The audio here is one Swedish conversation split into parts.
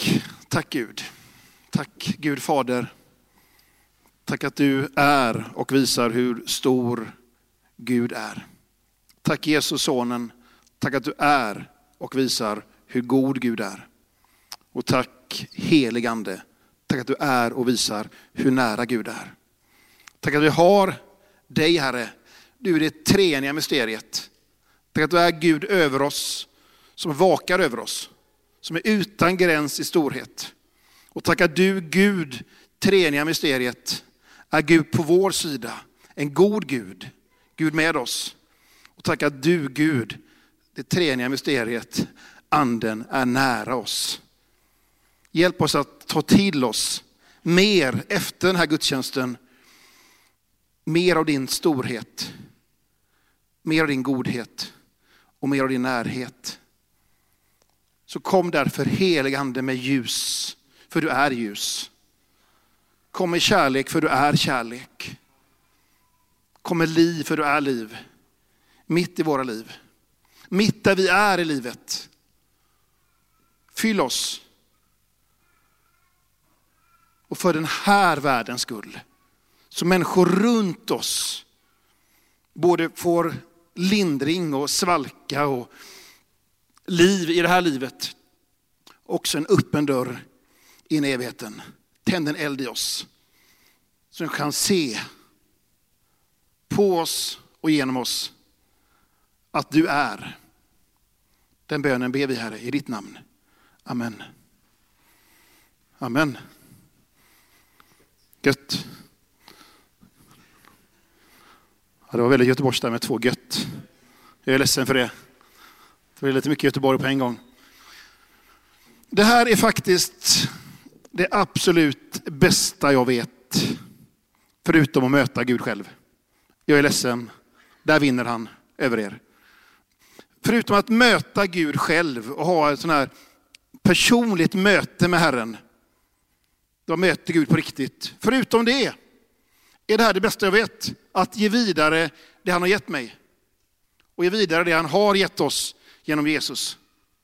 Tack Gud. Tack Gud Fader. Tack att du är och visar hur stor Gud är. Tack Jesus sonen. Tack att du är och visar hur god Gud är. Och tack heligande. Tack att du är och visar hur nära Gud är. Tack att vi har dig Herre. Du är det treeniga mysteriet. Tack att du är Gud över oss. Som vakar över oss. Som är utan gräns i storhet. Och tack att du Gud, treeniga mysteriet, är Gud på vår sida. En god Gud. Gud med oss. Och tack att du Gud, det treeniga mysteriet, anden är nära oss. Hjälp oss att ta till oss mer efter den här gudstjänsten. Mer av din storhet. Mer av din godhet. Och mer av din närhet. Så kom därför helig ande med ljus. För du är ljus. Kom med kärlek för du är kärlek. Kom med liv för du är liv. Mitt i våra liv. Mitt där vi är i livet. Fyll oss. Och för den här världens skull. Så människor runt oss både får lindring och svalka och liv i det här livet. Också en öppen dörr in i evigheten. Tänd en eld i oss. Så vi kan se på oss och genom oss att du är. Den bönen ber vi Herre i ditt namn. Amen. Amen. Gött. Ja, det var väldigt Göteborgs där med 2 gött. Jag är ledsen för det. Det är lite mycket Göteborg på en gång. Det här är faktiskt det absolut bästa jag vet. Förutom att möta Gud själv. Jag är ledsen. Där vinner han över er. Förutom att möta Gud själv och ha ett sån här personligt möte med Herren. Då möter Gud på riktigt. Förutom det är det här det bästa jag vet. Att ge vidare det han har gett mig. Och ge vidare det han har gett oss genom Jesus.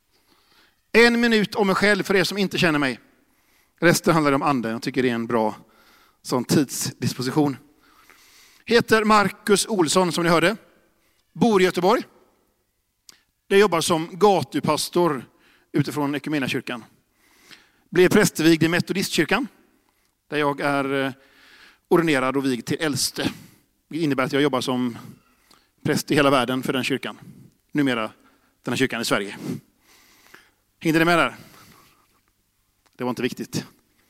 1 minut om mig själv för er som inte känner mig. Resten handlar om anden. Jag tycker det är en bra sån tidsdisposition. Heter Marcus Olsson som ni hörde. Bor i Göteborg. Jag jobbar som gatupastor utifrån Equmeniakyrkan. Blev prästvigd i Metodistkyrkan. Där jag är ordinerad och vigd till äldste. Det innebär att jag jobbar som präst i hela världen för den kyrkan. Numera den här kyrkan i Sverige. Hängde ni med där? Det var inte viktigt.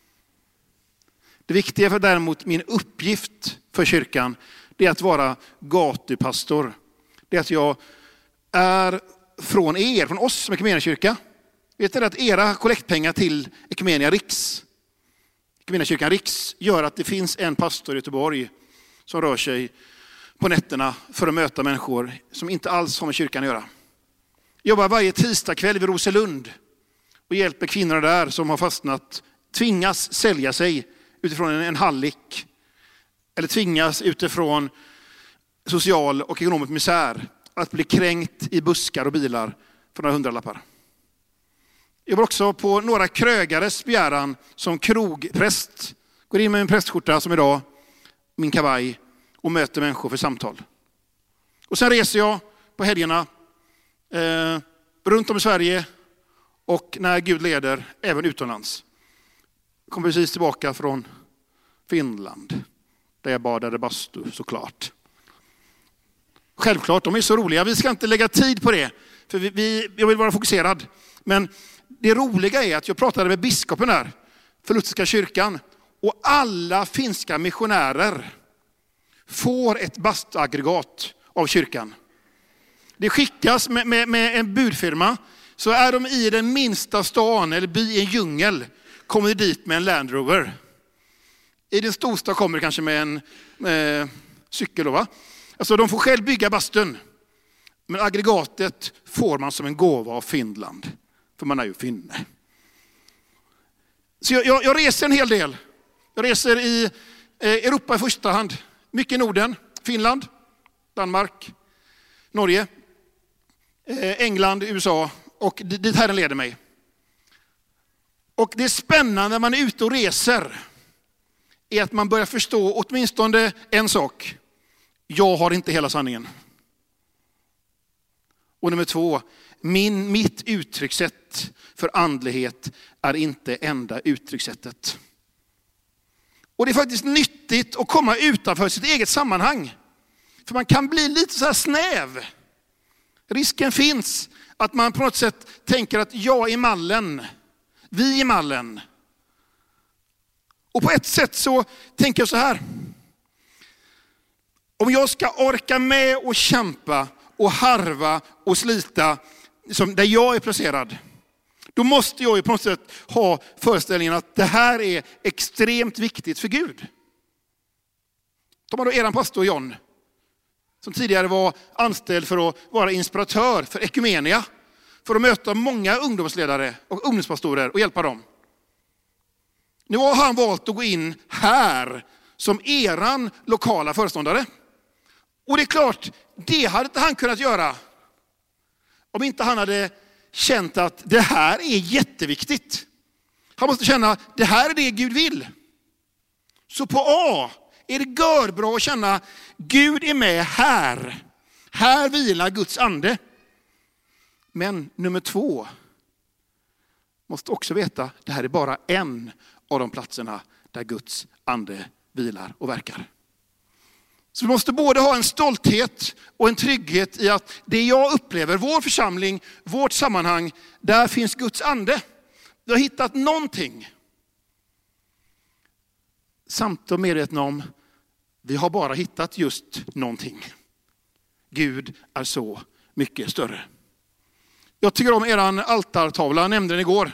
Det viktiga för däremot min uppgift för kyrkan, det är att vara gatupastor. Det är att jag är från er, från oss som Equmeniakyrka. Vet ni att era kollektpengar till Equmenia Riks, Equmeniakyrkan Riks, gör att det finns en pastor i Göteborg som rör sig på nätterna för att möta människor som inte alls har med kyrkan att göra. Jag jobbar varje tisdagkväll vid Roselund och hjälper kvinnorna där som har fastnat, tvingas sälja sig utifrån en hallick eller tvingas utifrån social och ekonomisk misär att bli kränkt i buskar och bilar för några hundralappar. Jag var också på några krögares begäran som krogpräst. Går in med min prästskjorta som idag, min kavaj och möter människor för samtal. Och sen reser jag på helgerna runt om i Sverige och när Gud leder även utomlands. Jag kom precis tillbaka från Finland där jag badade bastu såklart. Självklart, de är så roliga. Vi ska inte lägga tid på det för jag vill vara fokuserad. Men det roliga är att jag pratade med biskopen här för Lutherska kyrkan och alla finska missionärer får ett bastuaggregat av kyrkan. Det skickas med en budfirma, så är de i den minsta stan eller by i en djungel kommer de dit med en Land Rover. I den storstad kommer det kanske med en cykel då, va? Alltså de får själv bygga bastun. Men aggregatet får man som en gåva av Finland. För man är ju finne. Så jag reser en hel del. Jag reser i Europa i första hand. Mycket i Norden. Finland, Danmark, Norge, England, USA och dit Herren leder mig. Och det är spännande när man är ute och reser är att man börjar förstå åtminstone en sak. Jag har inte hela sanningen. Och nummer 2, mitt uttryckssätt för andlighet är inte enda uttryckssättet. Och det är faktiskt nyttigt att komma utanför sitt eget sammanhang. För man kan bli lite så här snäv. Risken finns att man på något sätt tänker att jag är mallen. Vi är mallen. Och på ett sätt så tänker jag så här. Om jag ska orka med och kämpa och harva och slita där jag är placerad, då måste jag ju på något sätt ha föreställningen att det här är extremt viktigt för Gud. Ta man då eran pastor John, som tidigare var anställd för att vara inspiratör för Ekumenia, för att möta många ungdomsledare och ungdomspastorer och hjälpa dem. Nu har han valt att gå in här som eran lokala föreståndare. Och det är klart, det hade inte han kunnat göra om inte han hade känt att det här är jätteviktigt. Han måste känna att det här är det Gud vill. Så på A är det görbra att känna Gud är med här. Här vilar Guds ande. Men nummer 2 måste också veta det här är bara en av de platserna där Guds ande vilar och verkar. Så vi måste både ha en stolthet och en trygghet i att det jag upplever, vår församling, vårt sammanhang, där finns Guds ande. Vi har hittat någonting. Samt och medvetna om, vi har bara hittat just någonting. Gud är så mycket större. Jag tycker om eran altartavla, jag nämnde den igår.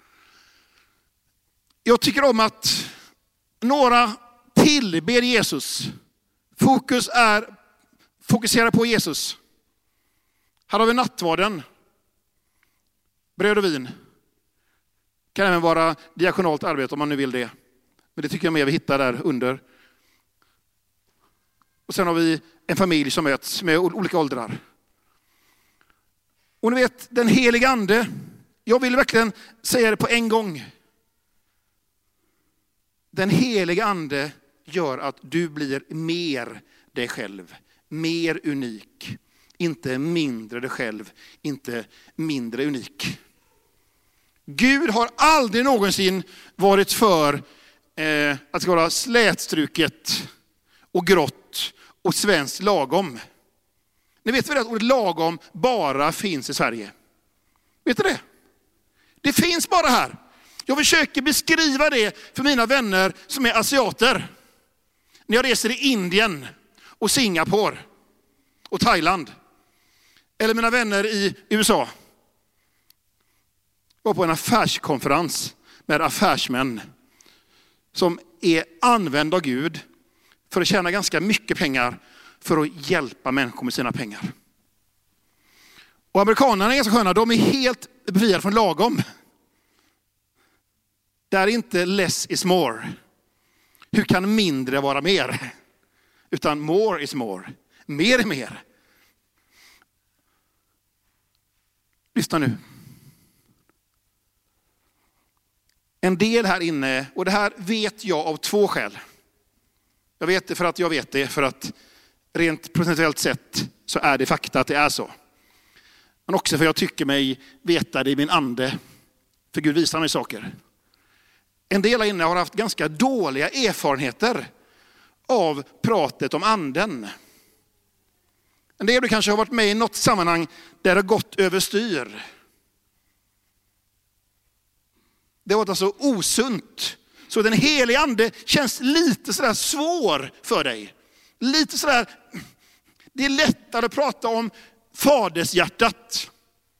Jag tycker om att några tillber Jesus. Fokusera på Jesus. Här har vi nattvarden. Bröd och vin. Kan även vara diakonalt arbete om man nu vill det. Men det tycker jag mer vi hittar där under. Och sen har vi en familj som möts med olika åldrar. Och ni vet, den heliga ande. Jag vill verkligen säga det på en gång. Den heliga ande gör att du blir mer dig själv. Mer unik. Inte mindre dig själv. Inte mindre unik. Gud har aldrig någonsin varit för att det ska vara slätstruket och grått och svenskt lagom. Ni vet väl att ordet lagom bara finns i Sverige? Vet du det? Det finns bara här. Jag försöker beskriva det för mina vänner som är asiater. När jag reser i Indien och Singapore och Thailand. Eller mina vänner i USA. Jag var på en affärskonferens med affärsmän som är använda av Gud för att tjäna ganska mycket pengar för att hjälpa människor med sina pengar. Och amerikanerna är ganska sköna, de är helt befriade från lagom. Där är inte less is more. Hur kan mindre vara mer? Utan more is more. Mer är mer. Lyssna nu. En del här inne, och det här vet jag av 2 skäl. Jag vet det för att rent procentuellt sett så är det fakta att det är så. Men också för jag tycker mig veta det i min ande. För Gud visar mig saker. En del här inne har haft ganska dåliga erfarenheter av pratet om anden. En del kanske har varit med i något sammanhang där det har gått överstyr. Det har varit alltså osunt. Så den heliga ande känns lite sådär svår för dig. Lite sådär, det är lättare att prata om fadershjärtat.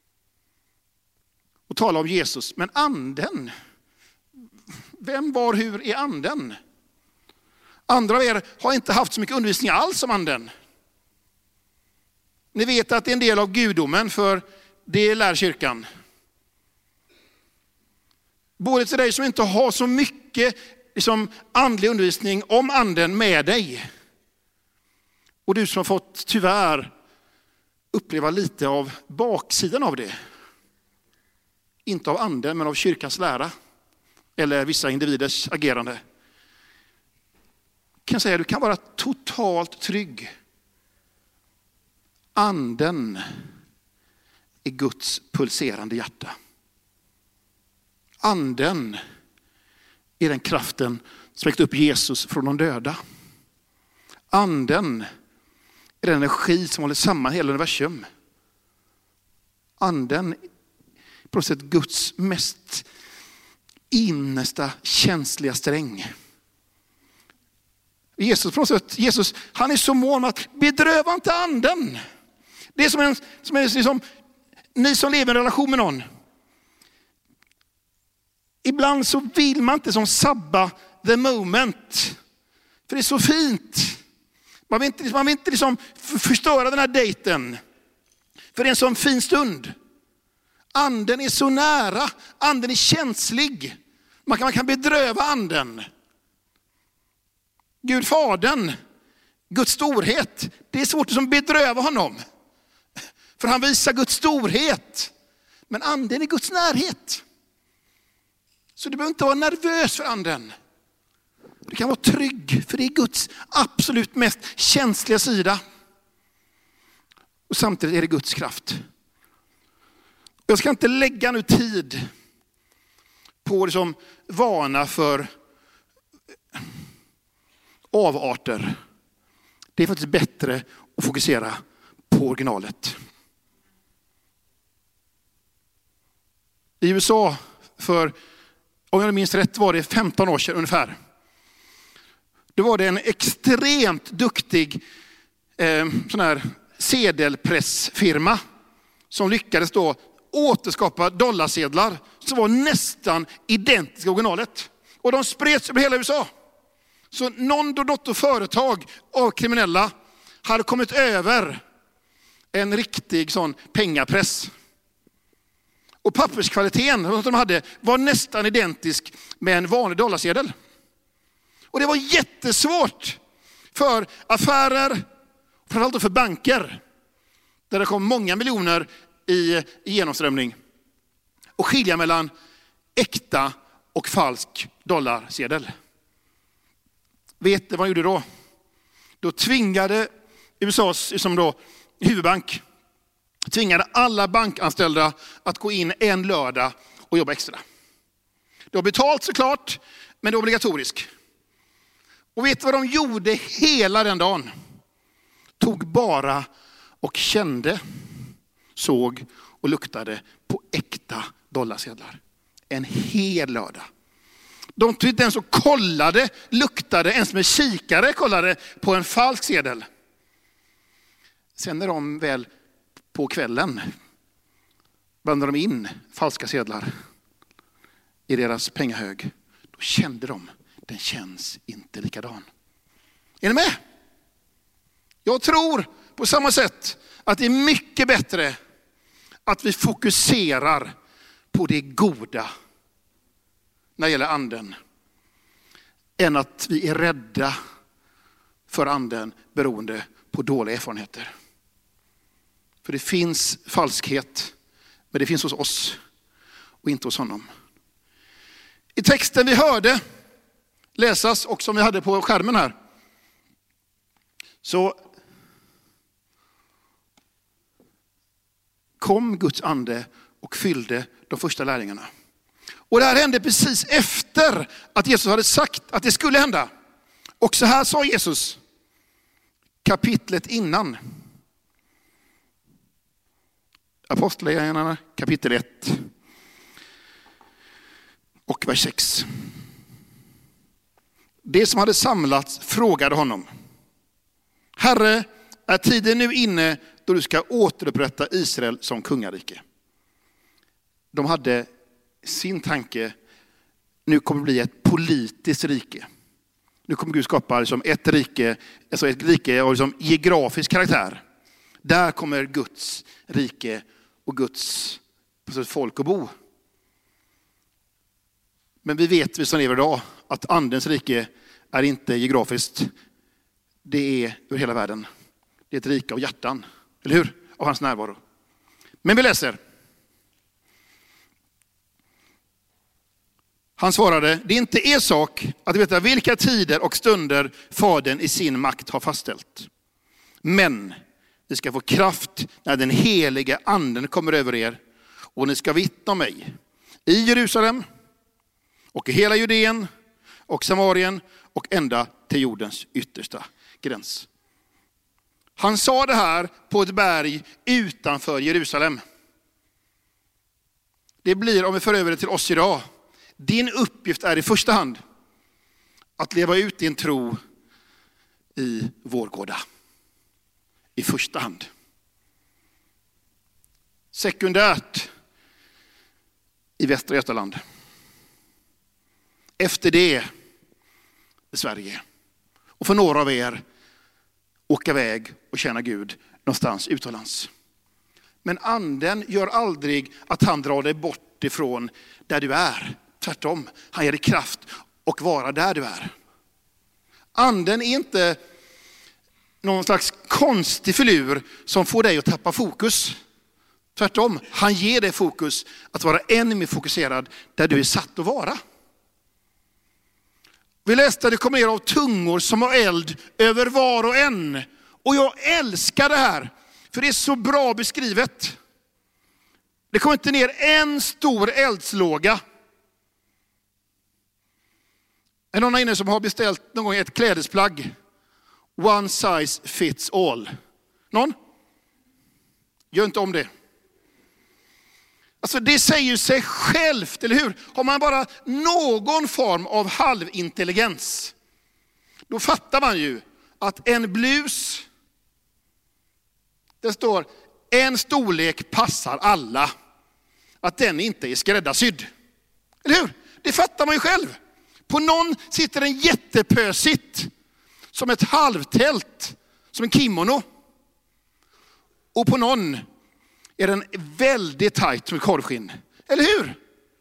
Och tala om Jesus. Men anden, vem, var, hur är anden? Andra av er har inte haft så mycket undervisning alls om anden. Ni vet att det är en del av gudomen, för det lär kyrkan. Både till dig som inte har så mycket andlig undervisning om anden med dig. Och du som har fått tyvärr uppleva lite av baksidan av det. Inte av anden men av kyrkans lära. eller vissa individers agerande. Kan säga, du kan vara totalt trygg. Anden är Guds pulserande hjärta. Anden är den kraften som väckte upp Jesus från de döda. Anden är den energi som håller samman hela universum. Anden är på något sätt Guds mest innersta känsliga sträng. Jesus på något sätt, Jesus, han är så mån om att bedröva inte anden. Det är som liksom, ni som lever i en relation med någon. Ibland så vill man inte som sabba the moment. För det är så fint. Man vill inte liksom förstöra den här dejten. För det är en sån fin stund. Anden är så nära. Anden är känslig. Man kan bedröva anden. Gud Fadern, Guds storhet. Det är svårt att bedröva honom. För han visar Guds storhet. Men anden är Guds närhet. Så du behöver inte vara nervös för anden. Du kan vara trygg, för det är Guds absolut mest känsliga sida. Och samtidigt är det Guds kraft. Jag ska inte lägga nu tid på liksom vana för avarter. Det är faktiskt bättre att fokusera på originalet. I USA för, om jag minns rätt, var det 15 år sedan ungefär. Då var det en extremt duktig sån här sedelpressfirma som lyckades då återskapa dollarsedlar som var nästan identiska originalet. Och de spreds över hela USA. Så något företag av kriminella hade kommit över en riktig sån pengapress. Och papperskvaliteten som de hade var nästan identisk med en vanlig dollarsedel. Och det var jättesvårt för affärer, framförallt för banker, där det kom många miljoner i genomströmning, och skilja mellan äkta och falsk dollarsedel. Vet du vad de gjorde då? Då tvingade USAs som då huvudbank tvingade alla bankanställda att gå in en lördag och jobba extra. Det var betalt såklart, men det var obligatoriskt. Och vet du vad de gjorde hela den dagen? Tog bara och kände, såg och luktade på äkta dollarsedlar. En hel lördag. De tog inte ens och kollade, luktade, ens med kikare kollade på en falsk sedel. Sen när de väl på kvällen blandade de in falska sedlar i deras pengahög, då kände de, den känns inte likadan. Är ni med? Jag tror på samma sätt att det är mycket bättre att vi fokuserar på det goda när det gäller anden, än att vi är rädda för anden beroende på dåliga erfarenheter. För det finns falskhet, men det finns hos oss och inte hos honom. I texten vi hörde läsas och som vi hade på skärmen här, så kom Guds ande och fyllde de första lärjungarna. Och det här hände precis efter att Jesus hade sagt att det skulle hända. Och så här sa Jesus kapitlet innan. Apostlagärningarna kapitel 1 och vers 6. Det som hade samlats frågade honom: Herre, är tiden nu inne då du ska återupprätta Israel som kungarike? De hade sin tanke, nu kommer det bli ett politiskt rike. Nu kommer Gud skapa liksom ett rike, alltså ett rike av liksom geografisk karaktär. Där kommer Guds rike och Guds folk att bo. Men vi som lever idag, att andens rike är inte geografiskt. Det är över hela världen. Det är ett rike av hjärtan, eller hur? Av hans närvaro. Men vi läser. Han svarade, det är inte er sak att veta vilka tider och stunder Fadern i sin makt har fastställt. Men ni ska få kraft när den helige anden kommer över er, och ni ska vittna om mig i Jerusalem och i hela Judeen och Samarien och ända till jordens yttersta gräns. Han sa det här på ett berg utanför Jerusalem. Det blir, om vi för över det till oss idag, din uppgift är i första hand att leva ut din tro i Vårgårda. I första hand. Sekundärt i Västra Götaland. Efter det i Sverige. Och för några av er åka iväg och tjäna Gud någonstans utomlands. Men anden gör aldrig att han drar dig bort ifrån där du är. Tvärtom, han ger dig kraft och vara där du är. Anden är inte någon slags konstig filur som får dig att tappa fokus. Tvärtom, han ger dig fokus att vara ännu mer fokuserad där du är satt att vara. Vi läste att det kommer ner av tungor som har eld över var och en. Och jag älskar det här, för det är så bra beskrivet. Det kommer inte ner en stor eldslåga. Är någon inne som har beställt någon gång ett klädesplagg? One size fits all. Någon? Gör inte om det. Alltså det säger sig självt, eller hur? Har man bara någon form av halvintelligens, då fattar man ju att en blus, det står en storlek passar alla. Att den inte är skräddarsydd. Eller hur? Det fattar man ju själv. På någon sitter en jättepösigt som ett halvtält, som en kimono. Och på någon är den väldigt tajt som korvskinn. Eller hur?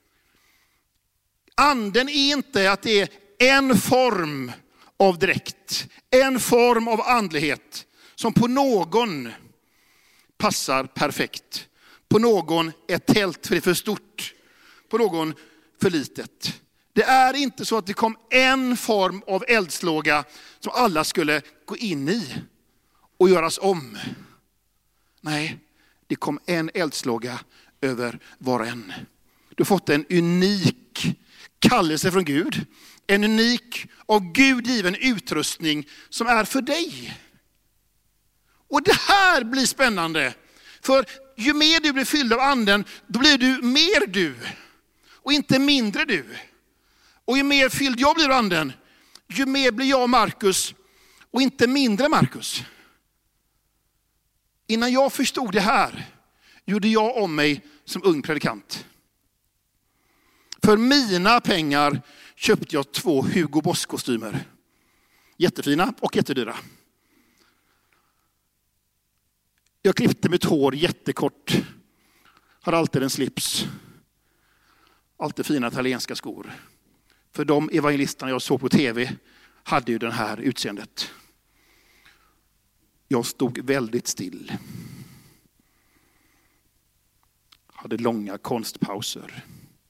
Anden är inte att det är en form av dräkt, en form av andlighet som på någon passar perfekt. På någon ett tält för det är för stort, på någon för litet. Det är inte så att det kom en form av eldslåga som alla skulle gå in i och göras om. Nej, det kom en eldslåga över var och en. Du har fått en unik kallelse från Gud. En unik av Gud given utrustning som är för dig. Och det här blir spännande. För ju mer du blir fylld av anden, då blir du mer du. Och inte mindre du. Och ju mer fylld jag blir av anden, ju mer blir jag Markus och inte mindre Markus. Innan jag förstod det här gjorde jag om mig som ung predikant. För mina pengar köpte jag 2 Hugo Boss-kostymer. Jättefina och jättedyra. Jag klippte mitt hår jättekort. Har alltid en slips. Alltid fina italienska skor. För de evangelisterna jag såg på tv hade ju den här utseendet. Jag stod väldigt still. Hade långa konstpauser.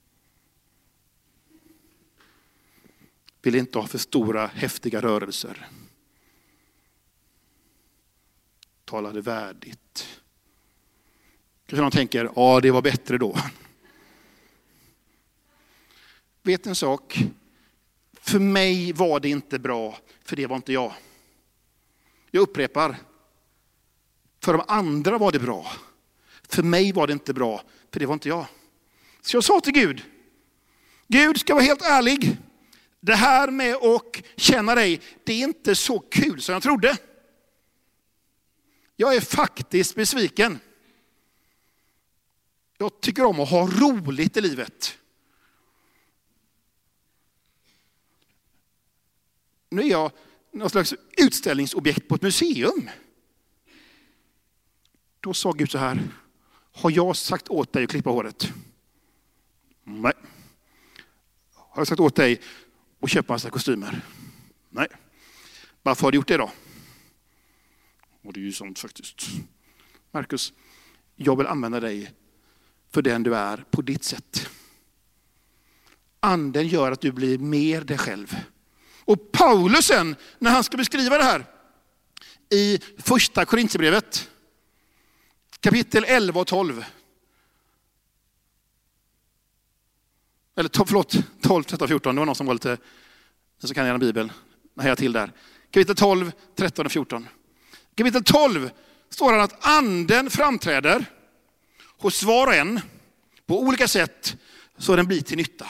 Ville inte ha för stora, häftiga rörelser. Talade värdigt. Kanske någon tänker, ja det var bättre då. Vet en sak? För mig var det inte bra, för det var inte jag. Jag upprepar. För de andra var det bra. För mig var det inte bra, för det var inte jag. Så jag sa till Gud, Gud ska vara helt ärlig. Det här med att känna dig, det är inte så kul som jag trodde. Jag är faktiskt besviken. Jag tycker om att ha roligt i livet. Nu är jag någon slags utställningsobjekt på ett museum. Då sa Gud så här, har jag sagt åt dig att klippa håret? Nej. Har jag sagt åt dig att köpa massa kostymer? Nej. Varför har du gjort det då? Och det är ju sånt faktiskt. Markus, jag vill använda dig för den du är på ditt sätt. Anden gör att du blir mer dig själv. Och Paulusen, när han ska beskriva det här i första Korinthierbrevet, kapitel 11 och 12. Eller 12, 13, 14. Det var någon som var lite, så kan jag gärna Bibeln. Heja till där. Kapitel 12, 13 och 14. Kapitel 12 står det att anden framträder hos var och en på olika sätt så den blir till nytta.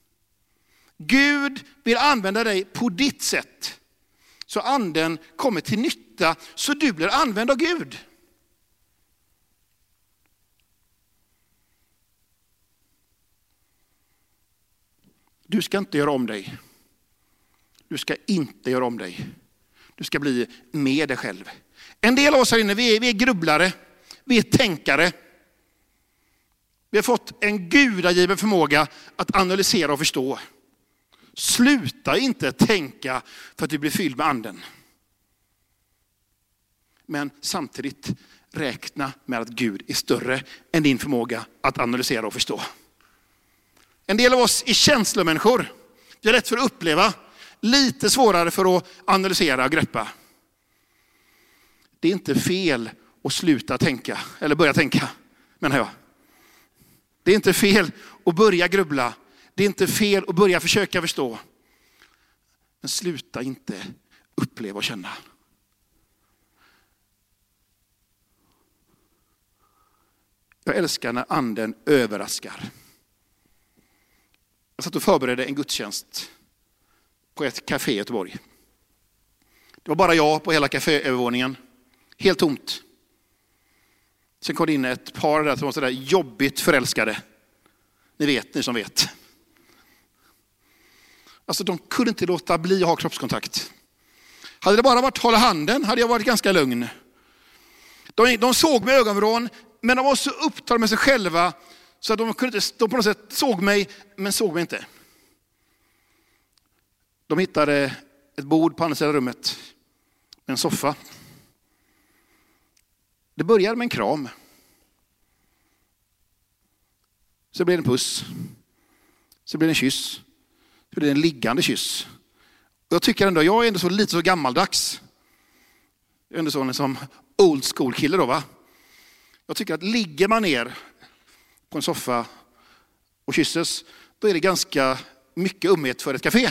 Gud vill använda dig på ditt sätt så anden kommer till nytta så du blir använd av Gud. Du ska inte göra om dig. Du ska inte göra om dig. Du ska bli med dig själv. En del av oss här inne, vi är grubblare. Vi är tänkare. Vi har fått en gudagiven förmåga att analysera och förstå. Sluta inte tänka för att du blir fylld med anden. Men samtidigt räkna med att Gud är större än din förmåga att analysera och förstå. En del av oss är känslomänniskor. Vi är lätt för att uppleva, lite svårare för att analysera och greppa. Det är inte fel att sluta tänka, eller börja tänka, menar jag. Det är inte fel att börja grubbla. Det är inte fel att börja försöka förstå. Men sluta inte uppleva och känna. Jag älskar när anden överraskar. Jag satt och förberedde en gudstjänst på ett café i Göteborg. Det var bara jag på hela caféövervåningen. Helt tomt. Sen kom det in ett par där som var sådär jobbigt förälskade. Ni som vet. Alltså de kunde inte låta bli att ha kroppskontakt. Hade det bara varit hålla handen hade jag varit ganska lugn. De såg med ögonvrån, men de var så upptagna med sig själva så att de på något sätt såg mig, men såg mig inte. De hittade ett bord på andra sidan rummet med en soffa. Det började med en kram. Så blev det en puss. Så blev det en kyss. Så blev det en liggande kyss. Och jag tycker ändå, jag är ändå lite så gammaldags. Jag är ändå så som old school kille då, va? Jag tycker att ligger man ner på en soffa och kysses, då är det ganska mycket umhet för ett café.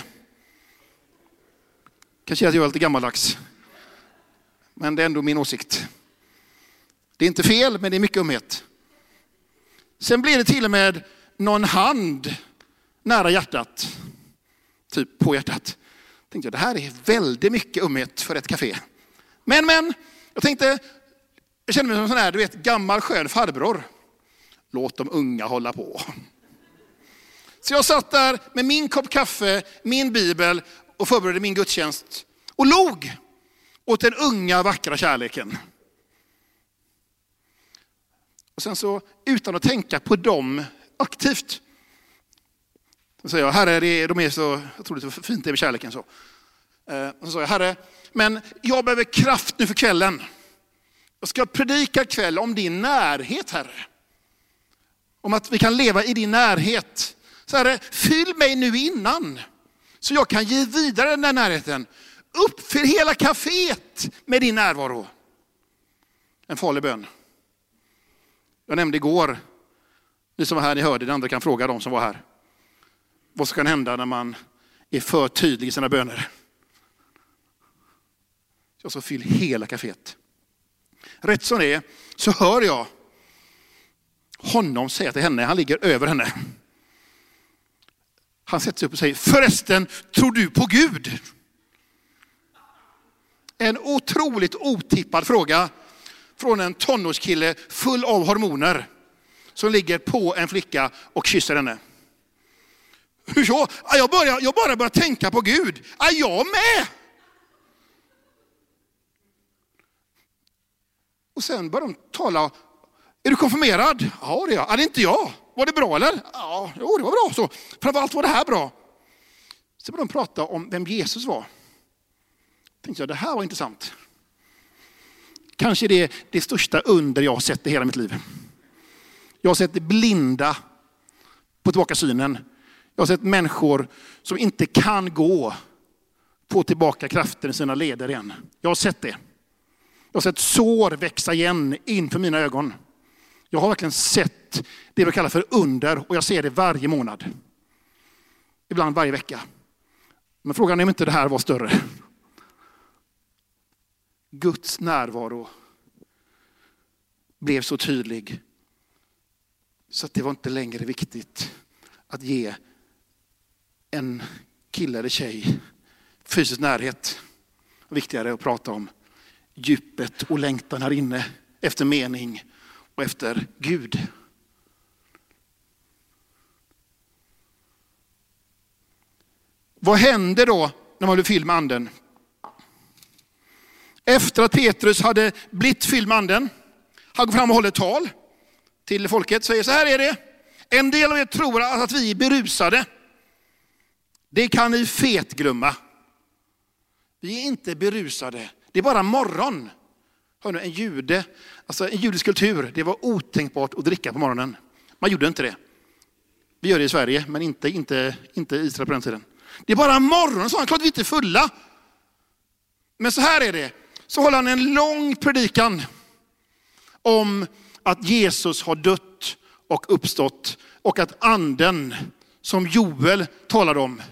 Kanske att jag är lite gammaldags. Men det är ändå min åsikt. Det är inte fel, men det är mycket umhet. Sen blir det till och med någon hand nära hjärtat. Typ på hjärtat. Tänkte jag, det här är väldigt mycket umhet för ett café. Men, jag tänkte, jag kände mig som sån här, du vet, gammal skön farbror. Låt de unga hålla på. Så jag satt där med min kopp kaffe, min bibel och förberedde min gudstjänst. Och log åt den unga vackra kärleken. Och sen så, utan att tänka på dem aktivt. Så säger jag, Herre, de är så, jag tror det är så fint det med kärleken så. Och så sa jag, Herre, men jag behöver kraft nu för kvällen. Jag ska predika kväll om din närhet, Herre. Om att vi kan leva i din närhet. Så Herre, fyll mig nu innan. Så jag kan ge vidare den där närheten. Uppfyll hela kaféet med din närvaro. En farlig bön. Jag nämnde igår, ni som var här, ni hörde, det andra kan fråga de som var här. Vad som kan hända när man är för tydlig i sina böner. Jag så fyll hela kaféet. Rätt som det är så hör jag honom säga till henne, han ligger över henne. Han sätter sig upp och säger, förresten, tror du på Gud? En otroligt otippad fråga från en tonårskille full av hormoner som ligger på en flicka och kysser henne. Hur så? Jag bara börjar tänka på Gud. Är jag med? Och sen börjar de tala. Är du konfirmerad? Ja, det är jag. Är det inte jag? Var det bra eller? Ja, det var bra. Så framförallt var det här bra. Så började de prata om vem Jesus var. Tänkte jag, det här var intressant. Kanske det är det största under jag har sett i hela mitt liv. Jag har sett det blinda på tillbaka synen. Jag har sett människor som inte kan gå få tillbaka kraften i sina leder igen. Jag har sett det. Jag har sett sår växa igen inför mina ögon. Jag har verkligen sett det vi kallar för under, och jag ser det varje månad. Ibland varje vecka. Men frågan är om inte det här var större. Guds närvaro blev så tydlig så att det var inte längre viktigt att ge en kille eller tjej fysisk närhet. Viktigare att prata om djupet och längtan här inne efter mening och efter Gud. Vad händer då när man blir fylld med anden? Efter att Petrus hade blivit fylld med anden, han går fram och håller ett tal till folket, säger så här är det. En del av er tror att vi är berusade. Det kan ni fet glömma. Vi är inte berusade. Det är bara morgon. Hör nu, en judisk kultur, det var otänkbart att dricka på morgonen. Man gjorde inte det. Vi gör det i Sverige, men inte i Israel på den tiden. Det är bara morgon, så han klart vi inte är fulla. Men så här är det. Så håller han en lång predikan om att Jesus har dött och uppstått. Och att anden som Joel talade om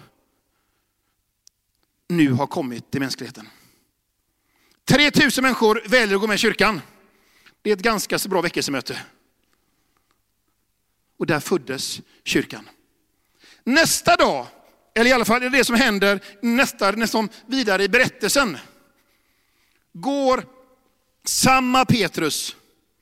nu har kommit till mänskligheten. 3000 människor väljer att gå med i kyrkan. Det är ett ganska så bra väckelsemöte. Och där föddes kyrkan. Nästa dag, eller i alla fall det som händer nästan vidare i berättelsen, går samma Petrus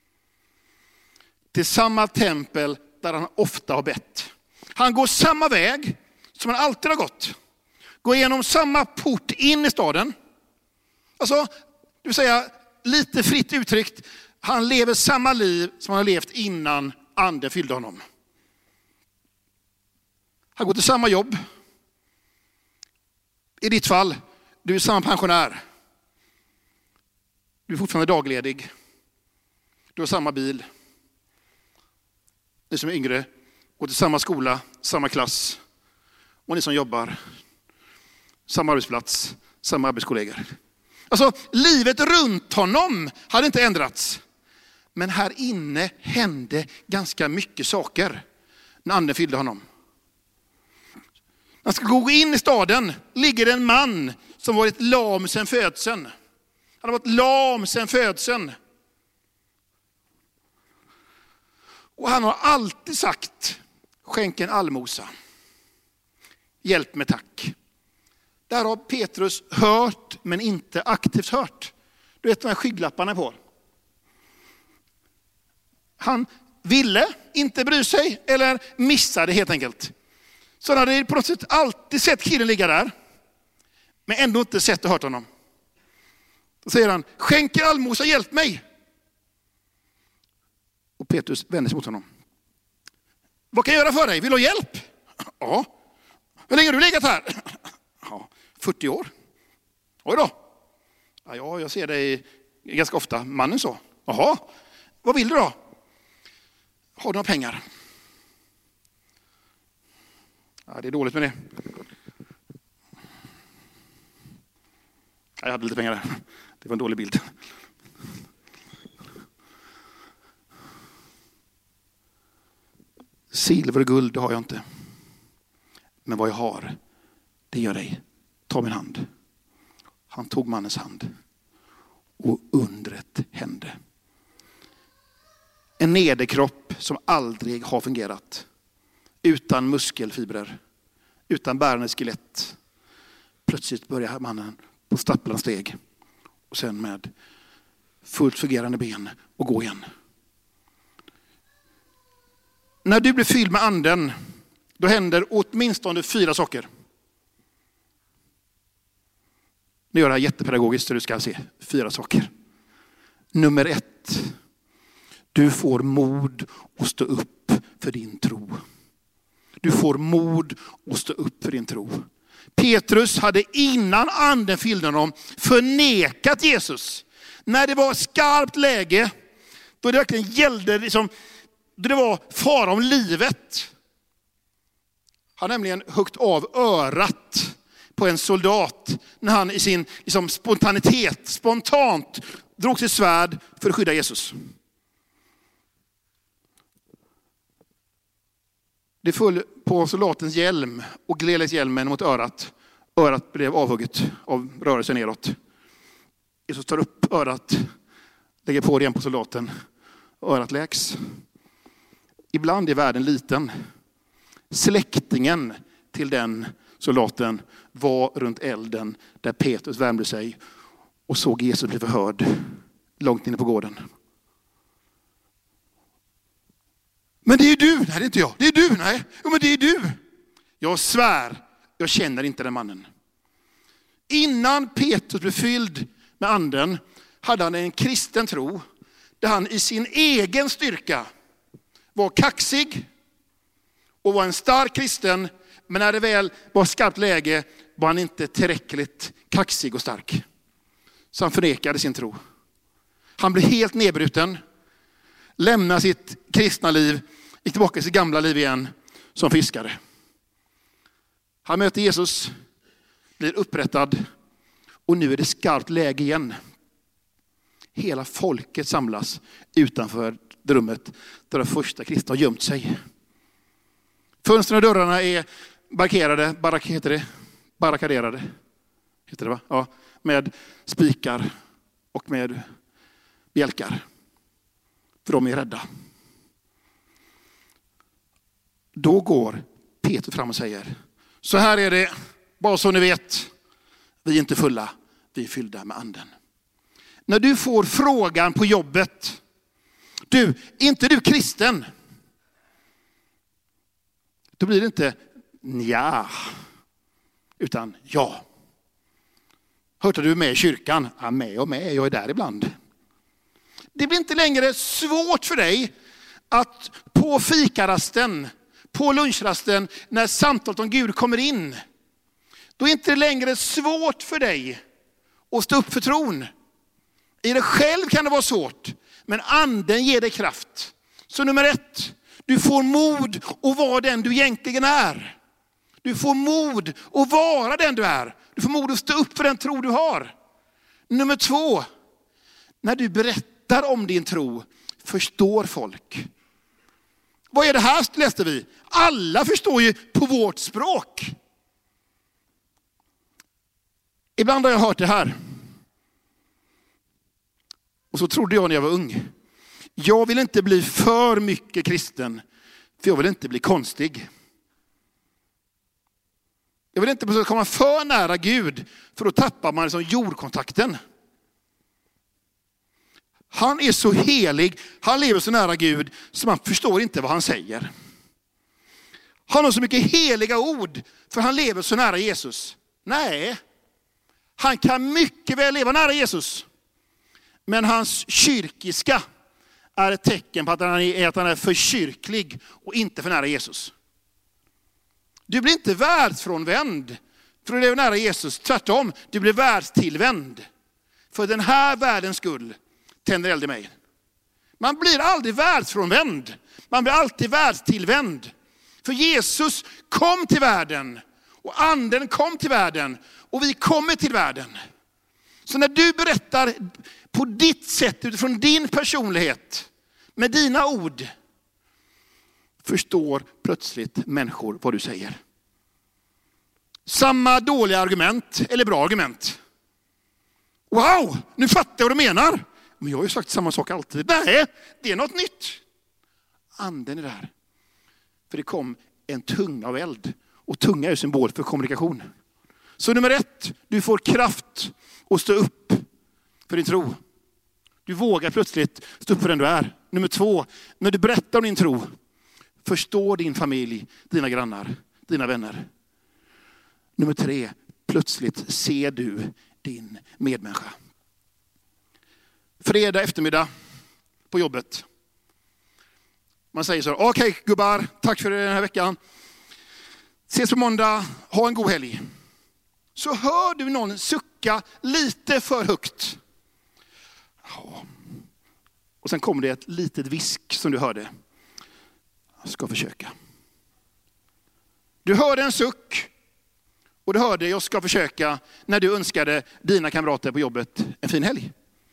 till samma tempel där han ofta har bett. Han går samma väg som han alltid har gått. Går igenom samma port in i staden. Alltså, det vill säga lite fritt uttryckt, han lever samma liv som han har levt innan anden fyllde honom. Han går till samma jobb. I ditt fall, du är samma pensionär. Du är fortfarande dagledig. Du har samma bil. Ni som är yngre går till samma skola, samma klass. Och ni som jobbar, samma arbetsplats, samma arbetskollegor. Alltså, livet runt honom hade inte ändrats. Men här inne hände ganska mycket saker när anden fyllde honom. Han ska gå in i staden, ligger en man som varit lam sedan födseln. Han har varit lam sedan födseln. Och han har alltid sagt, skänk en allmosa. Hjälp mig tack. Där har Petrus hört men inte aktivt hört. Du vet de här skygglapparna på. Han ville inte bry sig eller missade helt enkelt. Så han hade på något sätt alltid sett killen ligga där. Men ändå inte sett och hört honom. Då säger han, skänker allmosa, hjälp mig. Och Petrus vänder sig mot honom. Vad kan jag göra för dig? Vill du ha hjälp? Ja. Hur länge har du legat här? Ja, 40 år. Oj då. Ja, jag ser dig ganska ofta. Mannen så. Jaha, vad vill du då? Har du några pengar? Ja, det är dåligt med det. Jag hade lite pengar där. Det var en dålig bild. Silver och guld har jag inte. Men vad jag har, det gör dig. Ta min hand. Han tog mannens hand. Och undret hände. En nederkropp som aldrig har fungerat. Utan muskelfibrer. Utan bärande skelett. Plötsligt börjar mannen på stapplans steg. Och sen med fullt fungerande ben och gå igen. När du blir fylld med anden, då händer åtminstone 4 saker. Nu gör det här jättepedagogiskt så du ska se 4 saker. Nummer 1. Du får mod att stå upp för din tro. Du får mod att stå upp för din tro. Petrus hade innan anden fyllde honom förnekat Jesus. När det var skarpt läge, då det verkligen gällde, då det var fara om livet. har nämligen huggt av örat på en soldat när han i sin spontanitet, spontant drog sitt svärd för att skydda Jesus. Det föll på soldatens hjälm och gled längs hjälmen mot örat. Örat blev avhugget av rörelsen neråt. Jesus tar upp örat, lägger på det igen på soldaten. Örat läks. Ibland är världen liten. Släktingen till den soldaten var runt elden där Petrus värmde sig och såg Jesus bli förhörd långt inne på gården. Men det är du. Nej, det är inte jag. Det är du. Nej, men det är du. Jag svär, jag känner inte den mannen. Innan Petrus blev fylld med anden hade han en kristen tro där han i sin egen styrka var kaxig och var en stark kristen, men när det väl var skarpt läge var han inte tillräckligt kaxig och stark. Så han förnekade sin tro. Han blev helt nedbruten, lämnade sitt kristna liv, gick tillbaka till sitt gamla liv igen som fiskare. Han möter Jesus, blir upprättad och nu är det skarpt läge igen. Hela folket samlas utanför rummet där de första kristna har gömt sig. Fönstren och dörrarna är barrikaderade. Heter det va? Ja, med spikar och med bjälkar. För de är rädda. Då går Petrus fram och säger: så här är det, bara så ni vet, vi är inte fulla, vi är fyllda med anden. När du får frågan på jobbet, är inte du kristen? Då blir det inte nja, utan ja. Hörde du med i kyrkan? Ja, med, jag är där ibland. Det blir inte längre svårt för dig att på fikarasten, på lunchrasten, när samtalet om Gud kommer in, då är det inte längre svårt för dig att stå upp för tron. I dig själv kan det vara svårt, men anden ger dig kraft. Så nummer 1, du får mod att vara den du egentligen är. Du får mod att vara den du är. Du får mod att stå upp för den tro du har. Nummer 2, när du berättar om din tro förstår folk. Vad är det här, läste vi? Alla förstår ju på vårt språk. Ibland har jag hört det här. Och så trodde jag när jag var ung. Jag vill inte bli för mycket kristen, för jag vill inte bli konstig. Jag vill inte komma för nära Gud, för då tappar man liksom jordkontakten. Han är så helig, han lever så nära Gud så man förstår inte vad han säger. Han har så mycket heliga ord för han lever så nära Jesus. Nej, han kan mycket väl leva nära Jesus. Men hans kyrkiska är ett tecken på att han är för kyrklig och inte för nära Jesus. Du blir inte världsfrånvänd för att leva nära Jesus. Tvärtom, du blir världstillvänd. För den här världens skull tänder eld i mig. Man blir aldrig världsfrånvänd. Man blir alltid världstillvänd. För Jesus kom till världen. Och anden kom till världen. Och vi kommer till världen. Så när du berättar på ditt sätt, utifrån din personlighet, med dina ord, förstår plötsligt människor vad du säger. Samma dåliga argument eller bra argument. Wow, nu fattar jag vad du menar. Men jag har ju sagt samma sak alltid. Nej, det är något nytt. Anden är där. För det kom en tunga av eld. Och tunga är symbol för kommunikation. Så nummer 1, du får kraft att stå upp för din tro. Du vågar plötsligt stå upp för den du är. Nummer 2, när du berättar om din tro, förstår din familj, dina grannar, dina vänner. Nummer 3, plötsligt ser du din medmänniska. Fredag eftermiddag på jobbet. Man säger så: okej, gubbar, tack för den här veckan. Ses på måndag, ha en god helg. Så hör du någon sucka lite för högt. Ja. Och sen kommer det ett litet visk som du hörde. Jag ska försöka. Du hörde en suck och du hörde jag ska försöka när du önskade dina kamrater på jobbet en fin helg.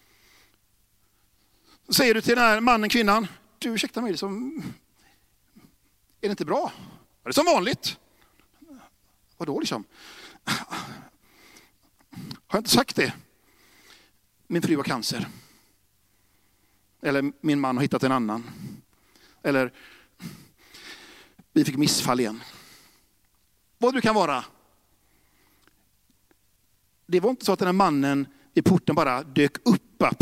Så säger du till den här mannen, kvinnan, du ursäkta mig, är det inte bra? Är det som vanligt? Vadå liksom? Har jag inte sagt det? Min fru har cancer. Eller min man har hittat en annan. Eller vi fick missfall igen. Vad du kan vara. Det var inte så att den här mannen i porten bara dök upp.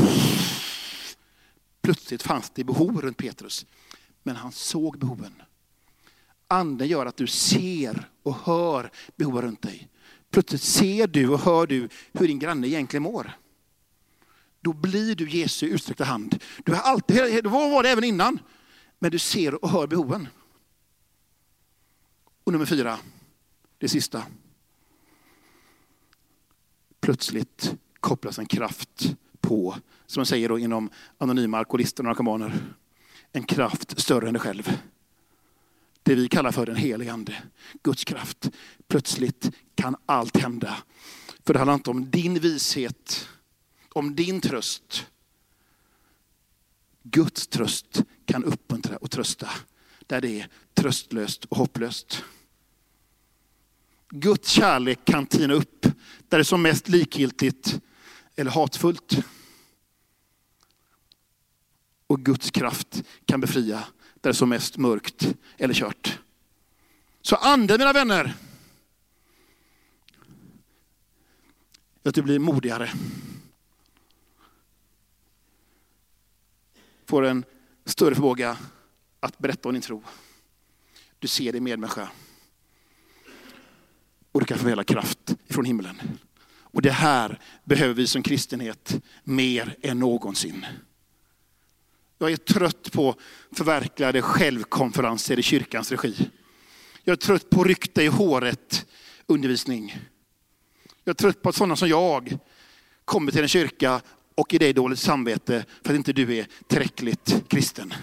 Plötsligt fanns det behov runt Petrus. Men han såg behoven. Anden gör att du ser och hör behoven runt dig. Plötsligt ser du och hör du hur din granne egentligen mår. Då blir du Jesu utsträckta hand. Du har alltid, det var det även innan. Men du ser och hör behoven. Och nummer 4, det sista. Plötsligt kopplas en kraft på, som man säger då inom anonyma alkoholister och narkomaner. En kraft större än dig själv. Det vi kallar för den helige ande. Guds kraft. Plötsligt kan allt hända. För det handlar inte om din vishet. Om din tröst. Guds tröst kan uppmuntra och trösta. Där det är tröstlöst och hopplöst. Guds kärlek kan tina upp. Där det är som mest likgiltigt eller hatfullt. Och Guds kraft kan befria där det är som mest mörkt eller kört. Så anden, mina vänner. Att du blir modigare. Får en större förmåga att berätta om din tro. Du ser din medmänniska. Och du kan få hela kraft ifrån himlen. Och det här behöver vi som kristenhet mer än någonsin. Jag är trött på förverkligade självkonferenser i kyrkans regi. Jag är trött på rykte i håret undervisning. Jag är trött på att sådana som jag kommer till en kyrka och i dig dåligt samvete för att inte du är tillräckligt kristen.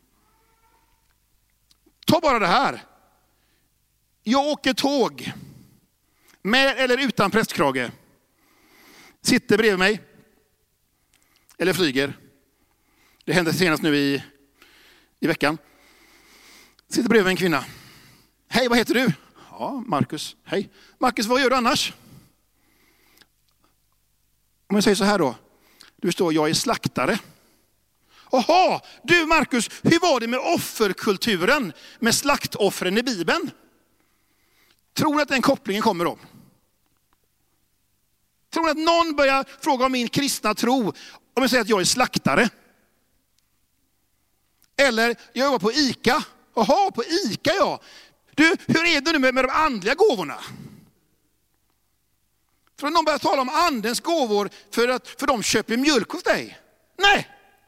Ta bara det här. Jag åker tåg. Med eller utan prästkrage. Sitter bredvid mig. Eller flyger. Det hände senast nu i veckan. Sitter bredvid en kvinna. Hej, vad heter du? Ja, Marcus. Hej. Marcus, vad gör du annars? Om jag säger så här då. Du förstår, jag är slaktare. Jaha, du Marcus, hur var det med offerkulturen? Med slaktoffren i Bibeln? Tror ni att den kopplingen kommer då? Tror ni att någon börjar fråga om min kristna tro om jag säger att jag är slaktare? Eller jag jobbar på ICA. Jaha, på ICA ja. Du, hur är det nu med de andliga gåvorna? Tror någon börjar tala om andens gåvor för de köper mjölk hos dig? Nej.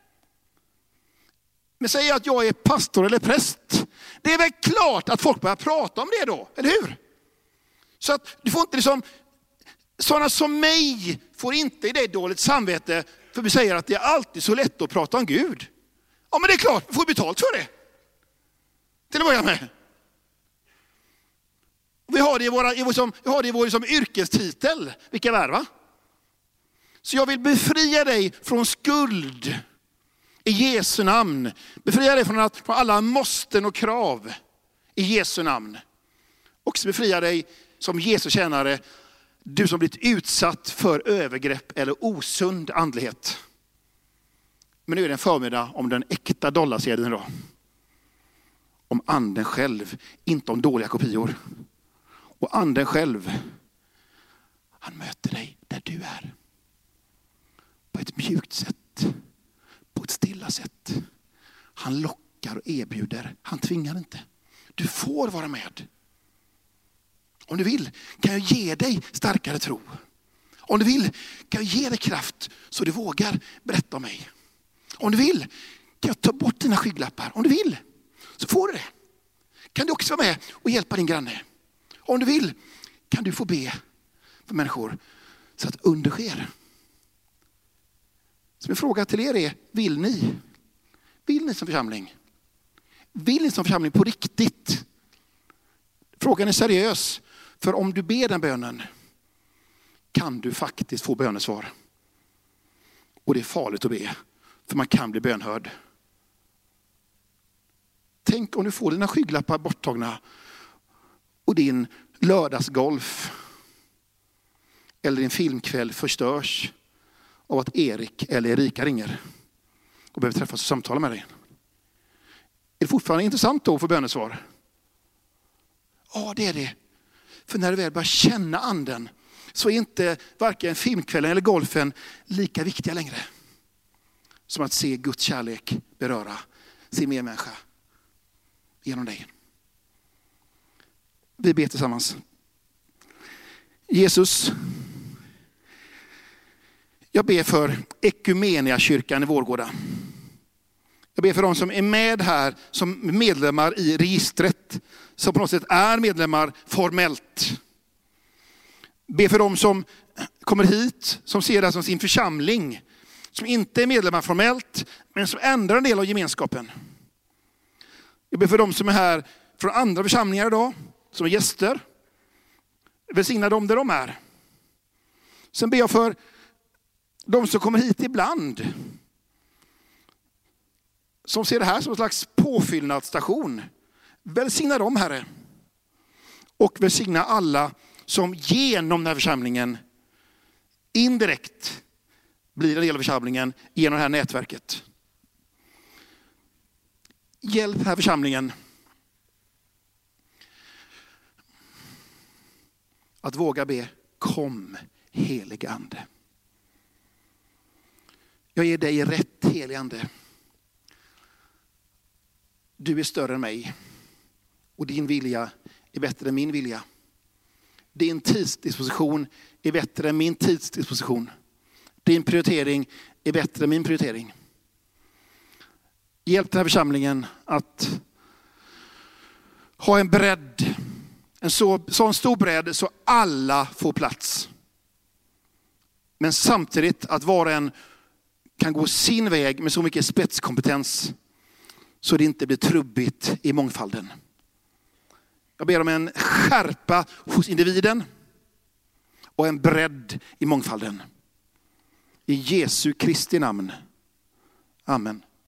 Men säger jag att jag är pastor eller präst. Det är väl klart att folk börjar prata om det då, eller hur? Så att du får inte liksom, sådana som mig får inte i det dåligt samvete för vi säger att det är alltid så lätt att prata om Gud. Ja men det är klart, vi får betalt för det. Till att börja med. Vi har det i vår yrkestitel. Vilka är va? Så jag vill befria dig från skuld i Jesu namn. Befria dig från alla måsten och krav i Jesu namn. Och befria dig som Jesu tjänare. Du som blivit utsatt för övergrepp eller osund andlighet. Men nu är det en förmiddag om den äkta dollarsedeln då. Om anden själv, inte om dåliga kopior. Och anden själv, han möter dig där du är. På ett mjukt sätt. På ett stilla sätt. Han lockar och erbjuder. Han tvingar inte. Du får vara med. Om du vill kan jag ge dig starkare tro. Om du vill kan jag ge dig kraft så du vågar berätta om mig. Om du vill kan jag ta bort dina skygglappar. Om du vill så får du det. Kan du också vara med och hjälpa din granne. Om du vill kan du få be för människor så att under sker. Så min fråga till er är, vill ni? Vill ni som församling? Vill ni som församling på riktigt? Frågan är seriös. För om du ber den bönen kan du faktiskt få bönesvar. Och det är farligt att be. För man kan bli bönhörd. Tänk om du får dina skygglappar borttagna och din lördagsgolf eller din filmkväll förstörs av att Erik eller Erika ringer och behöver träffas och samtala med dig. Är det fortfarande intressant då för bönesvar? Ja, det är det. För när du väl börjar känna anden så är inte varken filmkvällen eller golfen lika viktiga längre. Som att se Guds kärlek beröra sin medmänniska genom dig. Vi ber tillsammans. Jesus, jag ber för Ekumeniakyrkan i Vårgårda. Jag ber för de som är med här som medlemmar i registret, som på något sätt är medlemmar formellt. Ber för de som kommer hit, som ser det som sin församling, som inte är medlemmar formellt, men som ändrar en del av gemenskapen. Jag ber för de som är här från andra församlingar idag, som är gäster. Välsigna dem där de är. Sen ber jag för de som kommer hit ibland, som ser det här som en slags påfyllnadsstation. Välsigna dem, Herre. Och välsigna alla som genom den här församlingen indirekt blir en del av församlingen genom det här nätverket. Hjälp den här församlingen att våga be, kom helige ande. Jag ger dig rätt, helige ande. Du är större än mig och din vilja är bättre än min vilja. Din tidsdisposition är bättre än min tidsdisposition. Din prioritering är bättre än min prioritering. Hjälp den här församlingen att ha en bredd, en sån stor bredd så alla får plats. Men samtidigt att var och en kan gå sin väg med så mycket spetskompetens så det inte blir trubbigt i mångfalden. Jag ber om en skärpa hos individen och en bredd i mångfalden. I Jesu Kristi namn. Amen.